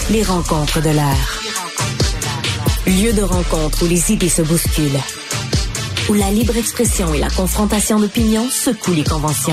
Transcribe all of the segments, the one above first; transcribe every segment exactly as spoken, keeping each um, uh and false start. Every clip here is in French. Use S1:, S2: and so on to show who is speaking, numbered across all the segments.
S1: Les rencontres de l'heure. Lieu de rencontre où les idées se bousculent. Où la libre expression et la confrontation d'opinions secouent les conventions.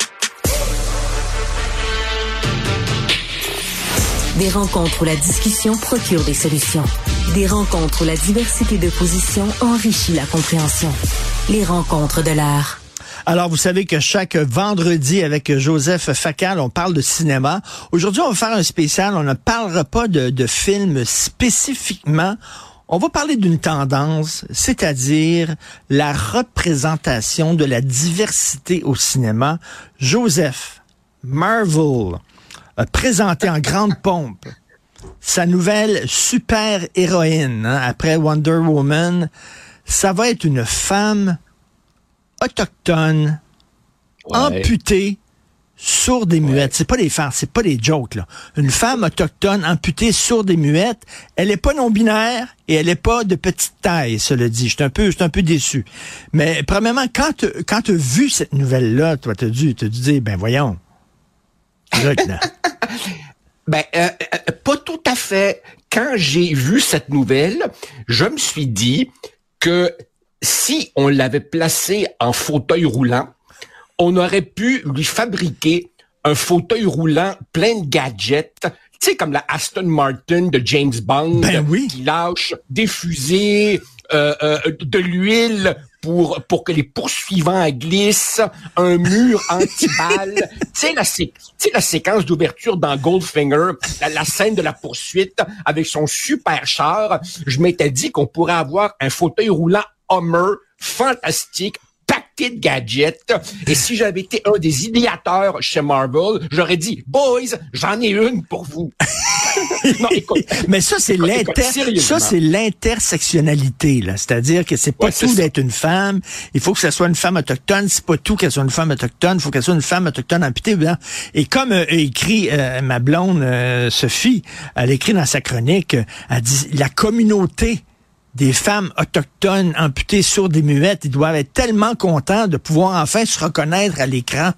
S1: Des rencontres où la discussion procure des solutions. Des rencontres où la diversité de positions enrichit la compréhension. Les rencontres de l'heure.
S2: Alors, vous savez que chaque vendredi, avec Joseph Facal, on parle de cinéma. Aujourd'hui, on va faire un spécial. On ne parlera pas de, de films spécifiquement. On va parler d'une tendance, c'est-à-dire la représentation de la diversité au cinéma. Joseph, Marvel a présenté en grande pompe sa nouvelle super-héroïne, hein, après Wonder Woman. Ça va être une femme autochtone, ouais. amputée, sourde et muette. Ouais. C'est pas des farces, c'est pas des jokes, là. Une femme autochtone, amputée, sourde et muette, elle est pas non-binaire et elle est pas de petite taille, cela dit. Je suis un peu, je suis un peu déçu. Mais, premièrement, quand tu, quand tu as vu cette nouvelle-là, toi, t'as dû, t'as dû dire, ben, voyons. Là, là.
S3: ben, euh, euh, pas tout à fait. Quand j'ai vu cette nouvelle, je me suis dit que si on l'avait placé en fauteuil roulant, on aurait pu lui fabriquer un fauteuil roulant plein de gadgets, tu sais, comme la Aston Martin de James Bond,
S2: ben oui.
S3: qui lâche des fusées, euh, euh, de l'huile pour pour que les poursuivants glissent, un mur anti-balles. Tu sais, la, sé- la séquence d'ouverture dans Goldfinger, la, la scène de la poursuite avec son super char. Je m'étais dit qu'on pourrait avoir un fauteuil roulant Hummer fantastique, pacté de gadgets. Et si j'avais été un des idéateurs chez Marvel, j'aurais dit, boys, j'en ai une pour vous.
S2: Non, écoute, mais ça c'est écoute, l'inter écoute, ça c'est l'intersectionnalité là, c'est-à-dire que c'est pas ouais, tout c'est d'être une femme, il faut que ça soit une femme autochtone, c'est pas tout qu'elle soit une femme autochtone, il faut qu'elle soit une femme autochtone amputée. Bien. Et comme euh, écrit euh, ma blonde euh, Sophie, elle écrit dans sa chronique, elle dit la communauté des femmes autochtones amputées, sourdes et muettes, ils doivent être tellement contents de pouvoir enfin se reconnaître à l'écran.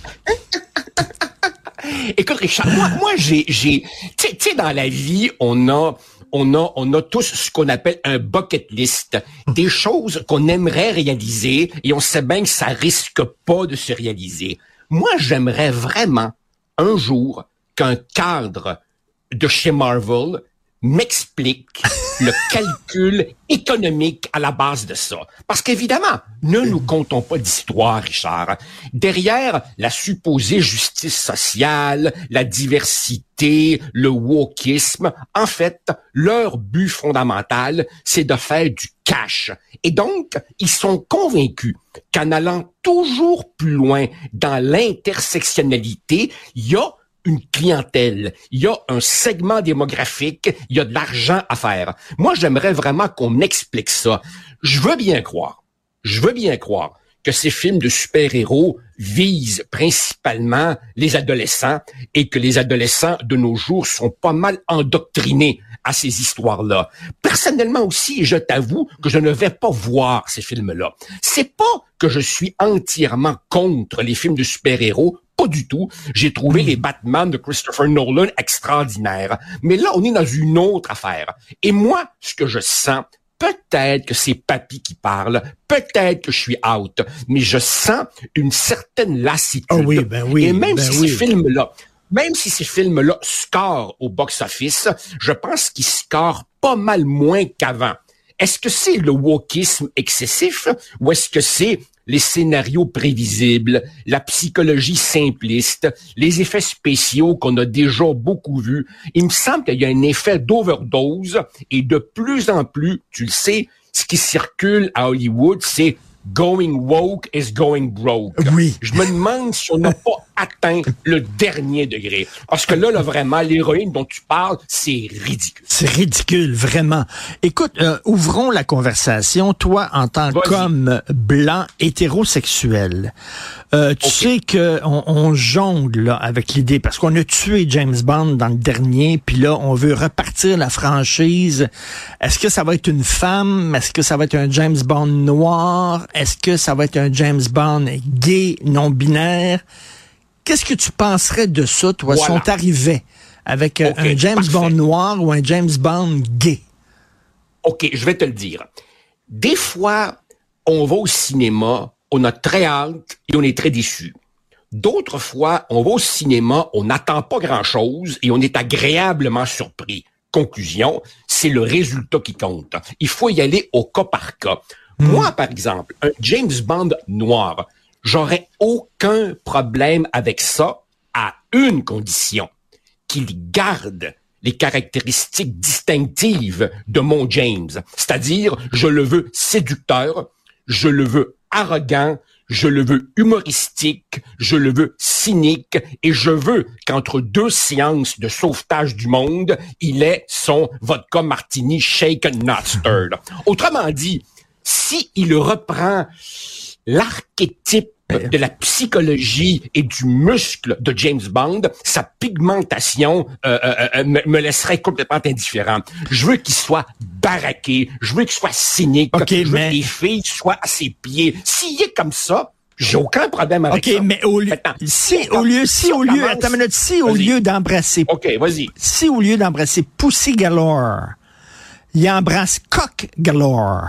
S3: Écoute, Richard, moi, moi, j'ai, j'ai, tu sais, dans la vie, on a, on a, on a tous ce qu'on appelle un bucket list, des choses qu'on aimerait réaliser et on sait bien que ça risque pas de se réaliser. Moi, j'aimerais vraiment un jour qu'un cadre de chez Marvel m'explique le calcul économique à la base de ça. Parce qu'évidemment, ne nous comptons pas d'histoire, Richard. Derrière la supposée justice sociale, la diversité, le wokisme, en fait, leur but fondamental, c'est de faire du cash. Et donc, ils sont convaincus qu'en allant toujours plus loin dans l'intersectionnalité, il y a une clientèle, il y a un segment démographique, il y a de l'argent à faire. Moi, j'aimerais vraiment qu'on m'explique ça. Je veux bien croire, je veux bien croire que ces films de super-héros visent principalement les adolescents et que les adolescents de nos jours sont pas mal endoctrinés à ces histoires-là. Personnellement aussi, je t'avoue que je ne vais pas voir ces films-là. C'est pas que je suis entièrement contre les films de super-héros. Pas du tout. J'ai trouvé les Batman de Christopher Nolan extraordinaires. Mais là, on est dans une autre affaire. Et moi, ce que je sens, peut-être que c'est Papy qui parle, peut-être que je suis out, mais je sens une certaine lassitude.
S2: Oh oui, ben oui,
S3: Et même
S2: ben
S3: si
S2: oui.
S3: ces films-là, même si ces films-là scorent au box-office, je pense qu'ils scorent pas mal moins qu'avant. Est-ce que c'est le wokisme excessif ou est-ce que c'est les scénarios prévisibles, la psychologie simpliste, les effets spéciaux qu'on a déjà beaucoup vus? Il me semble qu'il y a un effet d'overdose et de plus en plus, tu le sais, ce qui circule à Hollywood, c'est going woke is going broke.
S2: Oui.
S3: Je me demande si on n'a pas atteint le dernier degré. Parce que là, là, vraiment, l'héroïne dont tu parles, c'est ridicule.
S2: C'est ridicule, vraiment. Écoute, euh, ouvrons la conversation. Toi, en tant
S3: Vas-y.
S2: qu'homme blanc hétérosexuel, euh, tu
S3: Okay.
S2: sais que on, on jongle là, avec l'idée, parce qu'on a tué James Bond dans le dernier, puis là, on veut repartir la franchise. Est-ce que ça va être une femme? Est-ce que ça va être un James Bond noir? Est-ce que ça va être un James Bond gay, non-binaire? Qu'est-ce que tu penserais de ça, toi,
S3: Voilà.
S2: si on t'arrivait avec euh, okay, un James parfait. Bond noir ou un James Bond gay?
S3: OK, je vais te le dire. Des fois, on va au cinéma, on a très hâte et on est très déçu. D'autres fois, on va au cinéma, on n'attend pas grand-chose et on est agréablement surpris. Conclusion, c'est le résultat qui compte. Il faut y aller au cas par cas. Mmh. Moi, par exemple, un James Bond noir, j'aurais aucun problème avec ça à une condition, qu'il garde les caractéristiques distinctives de mon James. C'est-à-dire, je le veux séducteur, je le veux arrogant, je le veux humoristique, je le veux cynique, et je veux qu'entre deux séances de sauvetage du monde, il ait son vodka martini shaken not stirred. Autrement dit, si il reprend l'archétype de la psychologie et du muscle de James Bond, sa pigmentation euh, euh, me, me laisserait complètement indifférent. Je veux qu'il soit baraqué, je veux qu'il soit cynique, okay, je veux mais... que les filles soient à ses pieds. S'il est comme ça, j'ai aucun problème avec
S2: okay,
S3: ça.
S2: OK, mais au lieu, Maintenant, si, au lieu, si, si au lieu, commence, attends une minute, si au lieu d'embrasser,
S3: OK, vas-y.
S2: Si au lieu d'embrasser Pussy Galore, il embrasse Cock Galore.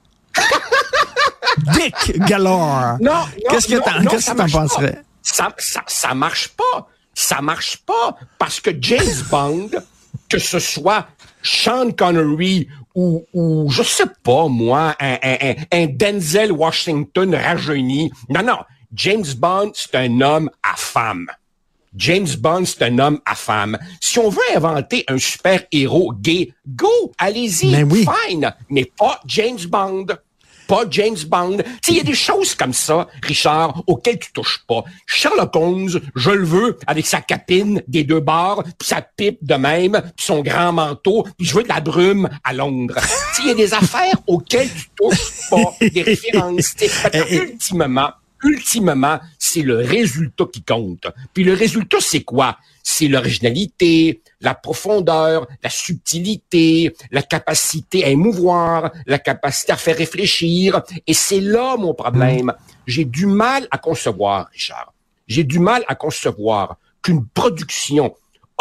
S2: Dick Galore.
S3: Non, non,
S2: Qu'est-ce que t'en,
S3: non,
S2: qu'est-ce que t'en penserais?
S3: Ça, ça, ça marche pas. Ça marche pas parce que James Bond, que ce soit Sean Connery ou, ou je sais pas moi, un, un, un Denzel Washington rajeuni. Non, non. James Bond, c'est un homme à femme. James Bond, c'est un homme à femme. Si on veut inventer un super-héros gay, go, allez-y,
S2: mais oui.
S3: Fine. Mais pas James Bond. Pas James Bond. Tu sais, il y a des choses comme ça, Richard, auxquelles tu touches pas. Sherlock Holmes, je le veux, avec sa capine des deux bords, puis sa pipe de même, puis son grand manteau, puis je veux de la brume à Londres. Tu sais, il y a des affaires auxquelles tu touches pas, des références. Ultimement, ultimement, c'est le résultat qui compte. Puis le résultat, c'est quoi? C'est l'originalité, la profondeur, la subtilité, la capacité à émouvoir, la capacité à faire réfléchir. Et c'est là mon problème. J'ai du mal à concevoir, Richard. J'ai du mal à concevoir qu'une production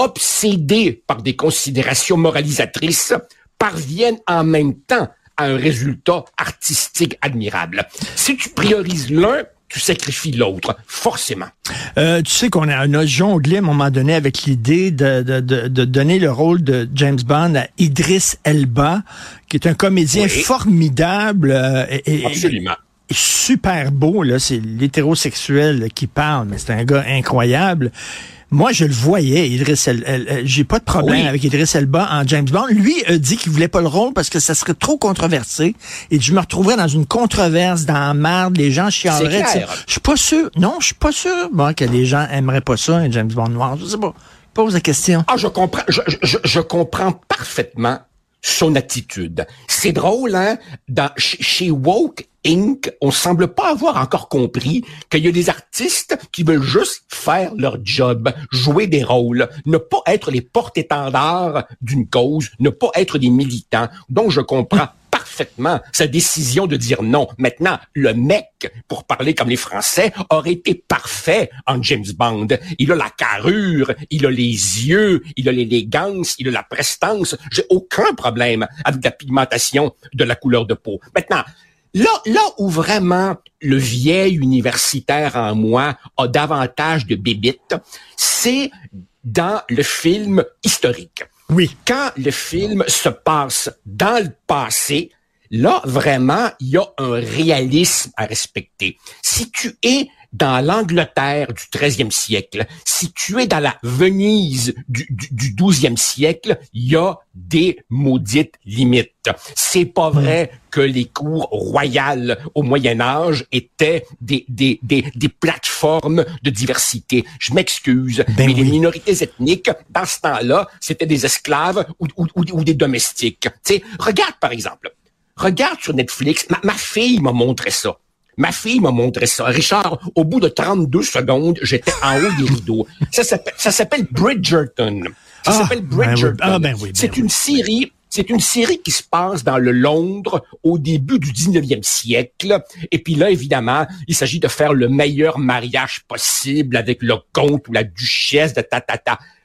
S3: obsédée par des considérations moralisatrices parvienne en même temps à un résultat artistique admirable. Si tu priorises l'un, tu sacrifies l'autre, forcément.
S2: Euh, tu sais qu'on a, a jonglé à un moment donné avec l'idée de, de, de, de donner le rôle de James Bond à Idris Elba, qui est un comédien oui. formidable. Euh, et,
S3: Absolument.
S2: Et, et super beau, là, c'est l'hétérosexuel qui parle, mais c'est un gars incroyable. Moi, je le voyais, Idris Elba. J'ai pas de problème oui. avec Idris Elba en James Bond. Lui a dit qu'il voulait pas le rôle parce que ça serait trop controversé. Et je me retrouverais dans une controverse, dans la merde, les gens chialeraient. Je suis pas sûr. Non, je suis pas sûr bon, que les gens aimeraient pas ça, un James Bond noir. Je sais pas. Pose la question.
S3: Ah, je comprends. Je, je, je comprends parfaitement son attitude. C'est drôle, hein? Dans, chez Woke Incorporated, on semble pas avoir encore compris qu'il y a des artistes qui veulent juste faire leur job, jouer des rôles, ne pas être les porte-étendards d'une cause, ne pas être des militants. Donc, je comprends parfaitement sa décision de dire non. Maintenant, le mec, pour parler comme les Français, aurait été parfait en James Bond. Il a la carrure, il a les yeux, il a l'élégance, il a la prestance. J'ai aucun problème avec la pigmentation de la couleur de peau. Maintenant, Là, là où vraiment le vieil universitaire en moi a davantage de bébites, c'est dans le film historique.
S2: Oui.
S3: Quand le film se passe dans le passé, là, vraiment, il y a un réalisme à respecter. Si tu es dans l'Angleterre du treizième siècle, si tu es dans la Venise du, du, du douzième siècle, il y a des maudites limites. C'est pas vrai que les cours royales au Moyen Âge étaient des, des, des, des plateformes de diversité. Je m'excuse, ben mais oui. les minorités ethniques, dans ce temps-là, c'était des esclaves ou, ou, ou, ou des domestiques. Tu sais, regarde par exemple, regarde sur Netflix, ma, ma fille m'a montré ça. Ma fille m'a montré ça. Richard, au bout de trente-deux secondes, j'étais en haut des rideaux. Ça s'appelle, ça s'appelle Bridgerton. Ça ah, s'appelle Bridgerton. Ben oui. Ah, ben oui, ben c'est oui. une série, c'est une série qui se passe dans le Londres au début du dix-neuvième siècle. Et puis là, évidemment, il s'agit de faire le meilleur mariage possible avec le comte ou la duchesse de tatata.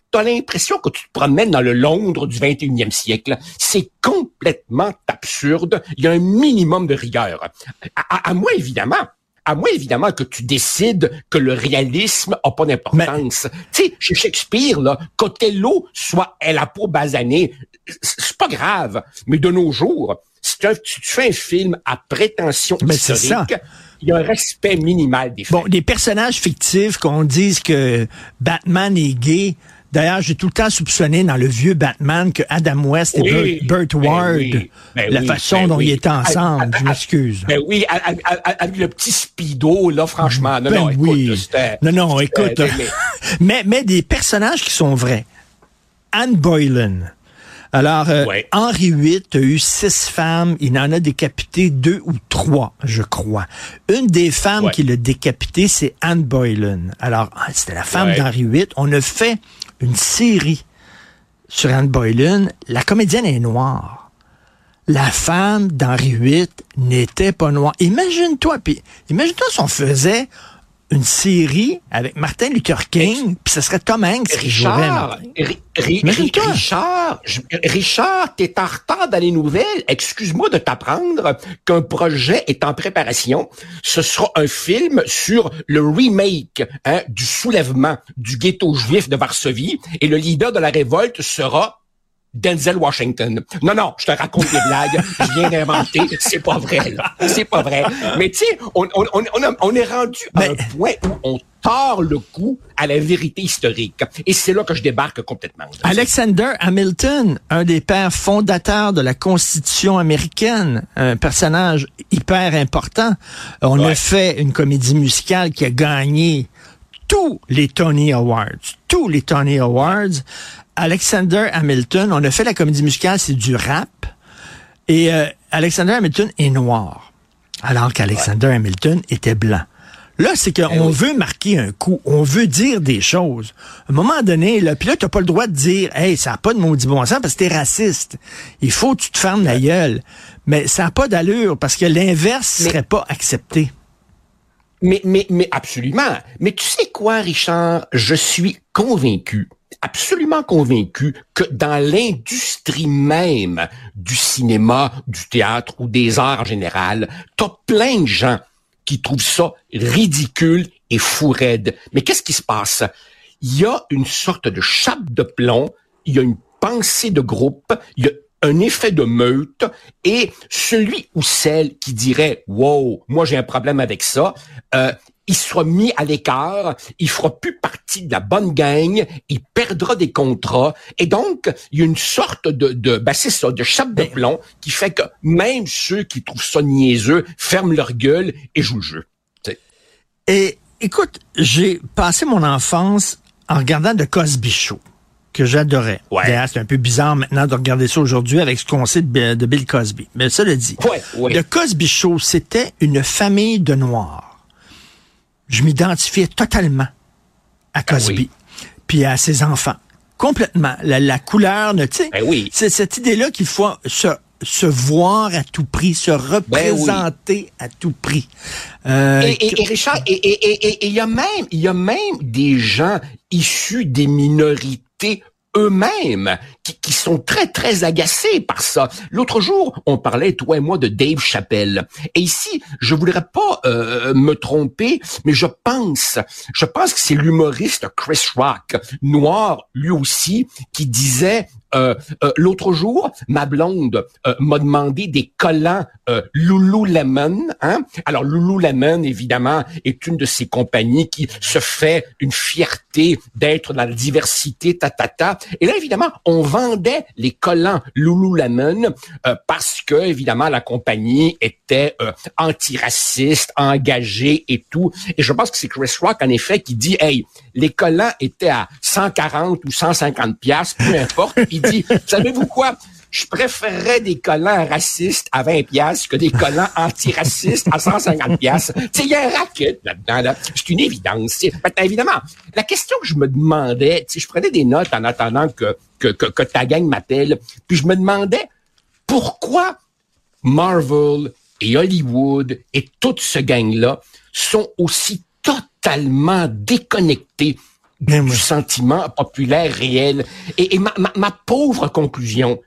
S3: t'as l'impression que tu te promènes dans le Londres du vingt et unième siècle. C'est complètement absurde. Il y a un minimum de rigueur. À, à, à moi, évidemment, à moi, évidemment, que tu décides que le réalisme a pas d'importance. Mais... Tu sais, chez Shakespeare, là, qu'Othello soit à la peau basanée, c'est pas grave. Mais de nos jours, si tu, tu fais un film à prétention
S2: mais
S3: historique, il y a un respect minimal des faits.
S2: Bon, des personnages fictifs qu'on dise que Batman est gay. D'ailleurs, j'ai tout le temps soupçonné dans le vieux Batman que Adam West et oui, Burt, Burt Ward, ben oui, ben la oui, façon ben dont oui. ils étaient ensemble, à, à, je m'excuse.
S3: Ben oui, avec le petit speedo, là, franchement. Non,
S2: ben
S3: non,
S2: oui.
S3: écoute, c'était...
S2: Non, non, écoute.
S3: Euh,
S2: mais... mais, mais des personnages qui sont vrais. Anne Boleyn. Alors, euh, ouais. Henri huit a eu six femmes. Il en a décapité deux ou trois, je crois. Une des femmes ouais. qui l'a décapité, c'est Anne Boleyn. Alors, c'était la femme ouais. d'Henri huit. On a fait une série sur Anne Boleyn. La comédienne est noire. La femme d'Henri huit n'était pas noire. Imagine-toi, puis imagine-toi si on faisait une série avec Martin Luther King, puis ce serait Tom Hanks qui jouerait Martin.
S3: Ri, ri, ri, Richard, je, Richard, t'es en retard dans les nouvelles. Excuse-moi de t'apprendre qu'un projet est en préparation. Ce sera un film sur le remake hein, du soulèvement du ghetto juif de Varsovie, et le leader de la révolte sera Denzel Washington. Non, non, je te raconte des blagues, je viens d'inventer, c'est pas vrai, là. C'est pas vrai. Mais tu sais, on, on, on, on est rendu à Mais... un point où on tord le cou à la vérité historique. Et c'est là que je débarque complètement.
S2: Alexander Hamilton, un des pères fondateurs de la Constitution américaine, un personnage hyper important. On ouais. a fait une comédie musicale qui a gagné tous les Tony Awards. Tous les Tony Awards. Alexander Hamilton, on a fait la comédie musicale, c'est du rap. Et euh, Alexander Hamilton est noir. Alors qu'Alexander ouais. Hamilton était blanc. Là, c'est qu'on eh oui. veut marquer un coup. On veut dire des choses. À un moment donné, là, puis là, t'as pas le droit de dire, hey, ça n'a pas de maudit bon sens parce que t'es raciste. Il faut que tu te fermes ouais. la gueule. Mais ça n'a pas d'allure parce que l'inverse mais... serait pas accepté.
S3: Mais, mais, mais absolument. Mais tu sais quoi, Richard? Je suis convaincu, absolument convaincu, que dans l'industrie même du cinéma, du théâtre ou des arts en général, t'as plein de gens qui trouvent ça ridicule et fou raide. Mais qu'est-ce qui se passe? Il y a une sorte de chape de plomb, il y a une pensée de groupe, il y a un effet de meute, et celui ou celle qui dirait « Wow, moi j'ai un problème avec ça euh, », il sera mis à l'écart, il fera plus partie de la bonne gang, il perdra des contrats, et donc il y a une sorte de, de ben c'est ça, de chape de plomb qui fait que même ceux qui trouvent ça niaiseux ferment leur gueule et jouent le jeu. T'sais.
S2: Et écoute, j'ai passé mon enfance en regardant The Cosby Show, que j'adorais. Ouais. D'ailleurs, c'est un peu bizarre maintenant de regarder ça aujourd'hui avec ce qu'on sait de, de Bill Cosby. Mais ça le dit.
S3: Ouais, ouais.
S2: The Cosby Show, c'était une famille de Noirs. Je m'identifiais totalement à Cosby, ah oui. puis à ses enfants. Complètement. La, la couleur, tu sais,
S3: ben oui.
S2: c'est cette idée-là qu'il faut se, se voir à tout prix, se représenter ben oui. à tout prix.
S3: Euh, et, et, et Richard, et il et, et, et, y a même, il y a même des gens issus des minorités eux-mêmes qui, qui sont très, très agacés par ça. L'autre jour, on parlait, toi et moi, de Dave Chappelle. Et ici, je voudrais pas euh, me tromper, mais je pense, je pense que c'est l'humoriste Chris Rock, noir lui aussi, qui disait euh, euh, l'autre jour, ma blonde euh, m'a demandé des collants euh, Lululemon. Hein? Alors Lululemon, évidemment, est une de ces compagnies qui se fait une fierté d'être dans la diversité, tatata. Et là, évidemment, on vendait les collants Lululemon euh, parce que, évidemment, la compagnie était euh, antiraciste, engagée et tout. Et je pense que c'est Chris Rock, en effet, qui dit, hey, les collants étaient à cent quarante ou cent cinquante piastres, peu importe. Il dit, savez-vous quoi? Je préférerais des collants racistes à vingt piastres que des collants antiracistes à cent cinquante piastres. Tu sais, il y a un racket là-dedans, là. C'est une évidence. Maintenant, évidemment, la question que je me demandais, tu sais, je prenais des notes en attendant que, que, que, que ta gang m'appelle, puis je me demandais pourquoi Marvel et Hollywood et toute ce gang-là sont aussi totalement déconnectés du, du sentiment populaire réel. Et, et ma, ma, ma pauvre conclusion,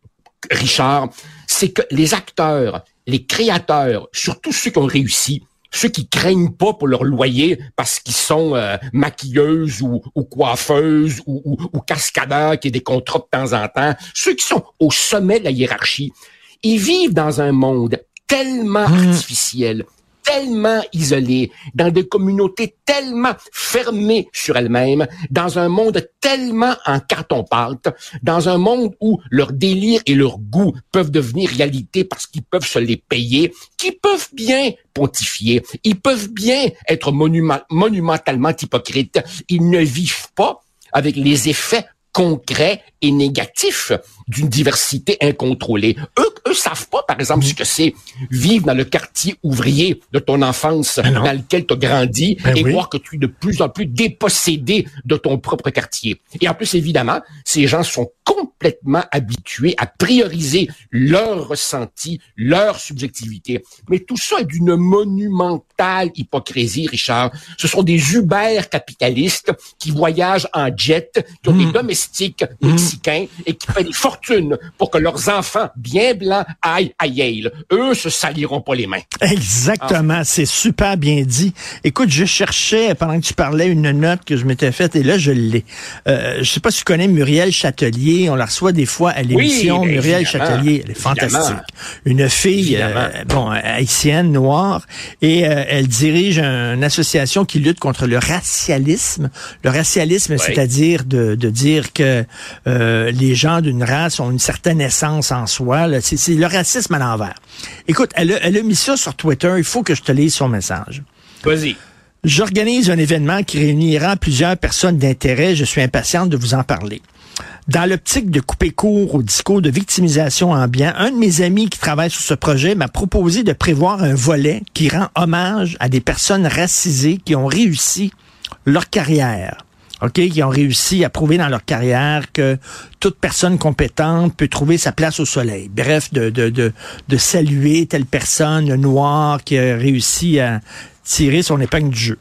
S3: Richard, c'est que les acteurs, les créateurs, surtout ceux qui ont réussi, ceux qui craignent pas pour leur loyer parce qu'ils sont euh, maquilleuses ou, ou coiffeuses ou, ou, ou cascadeurs qui ont des contrats de temps en temps, ceux qui sont au sommet de la hiérarchie, ils vivent dans un monde tellement mmh. artificiel, tellement isolé, dans des communautés tellement fermées sur elles-mêmes, dans un monde tellement en carton-pâte, dans un monde où leur délire et leur goût peuvent devenir réalité parce qu'ils peuvent se les payer, qu'ils peuvent bien pontifier, ils peuvent bien être monument, monumentalement hypocrites. Ils ne vivent pas avec les effets concrets et négatifs d'une diversité incontrôlée. Eux, eux savent pas, par exemple, ce que c'est vivre dans le quartier ouvrier de ton enfance, ben dans lequel tu as grandi, ben et oui. voir que tu es de plus en plus dépossédé de ton propre quartier. Et en plus, évidemment, ces gens sont complètement habitués à prioriser leur ressenti, leur subjectivité. Mais tout ça est d'une monumentale hypocrisie, Richard. Ce sont des Uber capitalistes qui voyagent en jet, qui ont mmh. des domestiques mexicains mmh. et qui paient des fortunes pour que leurs enfants bien blancs aillent à Yale. Eux se saliront pas les mains.
S2: Exactement, ah. c'est super bien dit. Écoute, je cherchais, pendant que tu parlais, une note que je m'étais faite et là, je l'ai. Euh, je sais pas si tu connais Muriel Châtelier, on la reçoit des fois à l'émission. Oui, Muriel Châtelier, elle est fantastique. Évidemment. Une fille, euh, bon, haïtienne, noire, et euh, elle dirige un, une association qui lutte contre le racialisme. Le racialisme, oui. c'est-à-dire de, de dire que euh, les gens d'une race ont une certaine essence en soi. Là. C'est, c'est le racisme à l'envers. Écoute, elle a, elle a mis ça sur Twitter. Il faut que je te lise son message.
S3: Vas-y.
S2: J'organise un événement qui réunira plusieurs personnes d'intérêt. Je suis impatiente de vous en parler. Dans l'optique de couper court au discours de victimisation ambiant, un de mes amis qui travaille sur ce projet m'a proposé de prévoir un volet qui rend hommage à des personnes racisées qui ont réussi leur carrière. OK, qui ont réussi à prouver dans leur carrière que toute personne compétente peut trouver sa place au soleil. Bref, de, de, de, de saluer telle personne noire qui a réussi à tirer son épingle du jeu.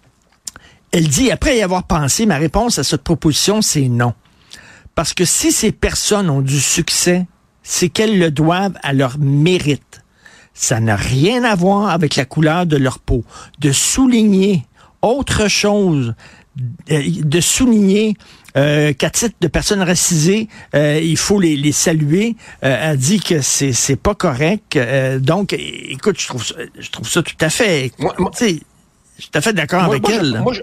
S2: Elle dit, après y avoir pensé, ma réponse à cette proposition, c'est non. Parce que si ces personnes ont du succès, c'est qu'elles le doivent à leur mérite. Ça n'a rien à voir avec la couleur de leur peau. De souligner autre chose, de souligner euh, qu'à titre de personnes racisées, euh, il faut les, les saluer. Euh, elle dit que c'est c'est pas correct. Euh, donc, écoute, je trouve ça, je trouve ça tout à fait. Moi, moi, je suis tout à fait d'accord moi, avec
S3: moi,
S2: elle.
S3: Je, moi, je,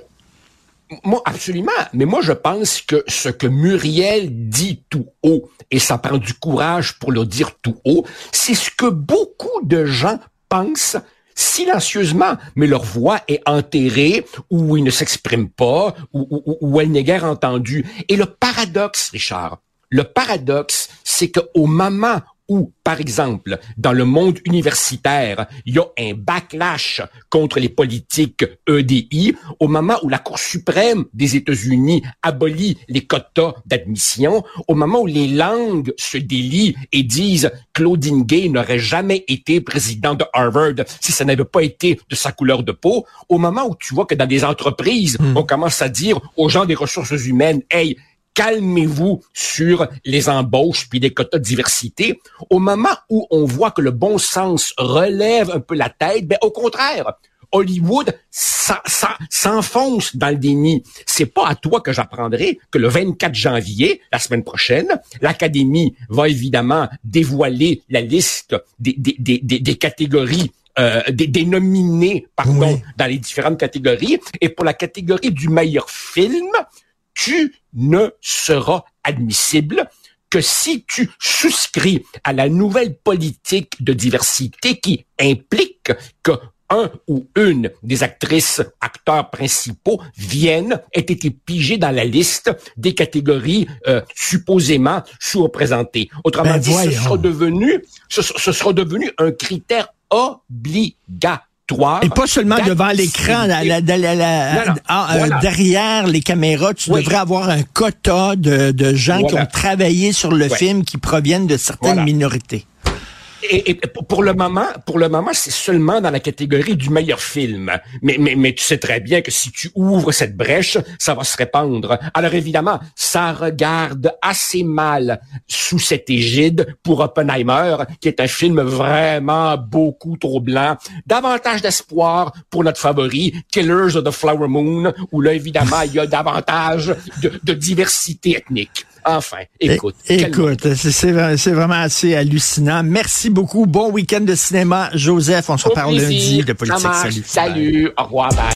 S3: moi, absolument. Mais moi, je pense que ce que Muriel dit tout haut, et ça prend du courage pour le dire tout haut, c'est ce que beaucoup de gens pensent silencieusement, mais leur voix est enterrée, ou ils ne s'expriment pas, ou, ou, ou elle n'est guère entendue. Et le paradoxe, Richard, le paradoxe, c'est qu'au moment où, par exemple, dans le monde universitaire, il y a un backlash contre les politiques E D I, au moment où la Cour suprême des États-Unis abolit les quotas d'admission, au moment où les langues se délient et disent Claudine Gay n'aurait jamais été président de Harvard si ça n'avait pas été de sa couleur de peau, au moment où tu vois que dans des entreprises, mmh. on commence à dire aux gens des ressources humaines, hey, calmez-vous sur les embauches puis les quotas de diversité. Au moment où on voit que le bon sens relève un peu la tête, ben au contraire, Hollywood ça, ça, s'enfonce dans le déni. C'est pas à toi que j'apprendrai que le vingt-quatre janvier, la semaine prochaine, l'Académie va évidemment dévoiler la liste des, des, des, des, des catégories Euh, des, des nominés, pardon, oui. dans les différentes catégories. Et pour la catégorie du meilleur film, tu ne seras admissible que si tu souscris à la nouvelle politique de diversité qui implique que un ou une des actrices, acteurs principaux viennent, aient été pigés dans la liste des catégories euh, supposément sous-représentées. Autrement ben dit, voyons. ce sera devenu, ce, ce sera devenu un critère obligatoire.
S2: Et pas seulement devant l'écran, la, la, la, la, la, non, non, ah, voilà. euh, derrière les caméras, tu oui. devrais avoir un quota de, de gens voilà. qui ont travaillé sur le ouais. film qui proviennent de certaines voilà. minorités.
S3: Et, et pour le moment, pour le moment, c'est seulement dans la catégorie du meilleur film. Mais, mais, mais tu sais très bien que si tu ouvres cette brèche, ça va se répandre. Alors évidemment, ça regarde assez mal sous cette égide pour Oppenheimer, qui est un film vraiment beaucoup trop blanc. Davantage d'espoir pour notre favori, Killers of the Flower Moon, où là, évidemment, il y a davantage de, de diversité ethnique. Enfin, écoute.
S2: É- écoute, c'est, c'est vraiment assez hallucinant. Merci beaucoup. Bon week-end de cinéma, Joseph. On se reparle lundi de Politique.
S3: Salut. Salut. Au revoir. Bye.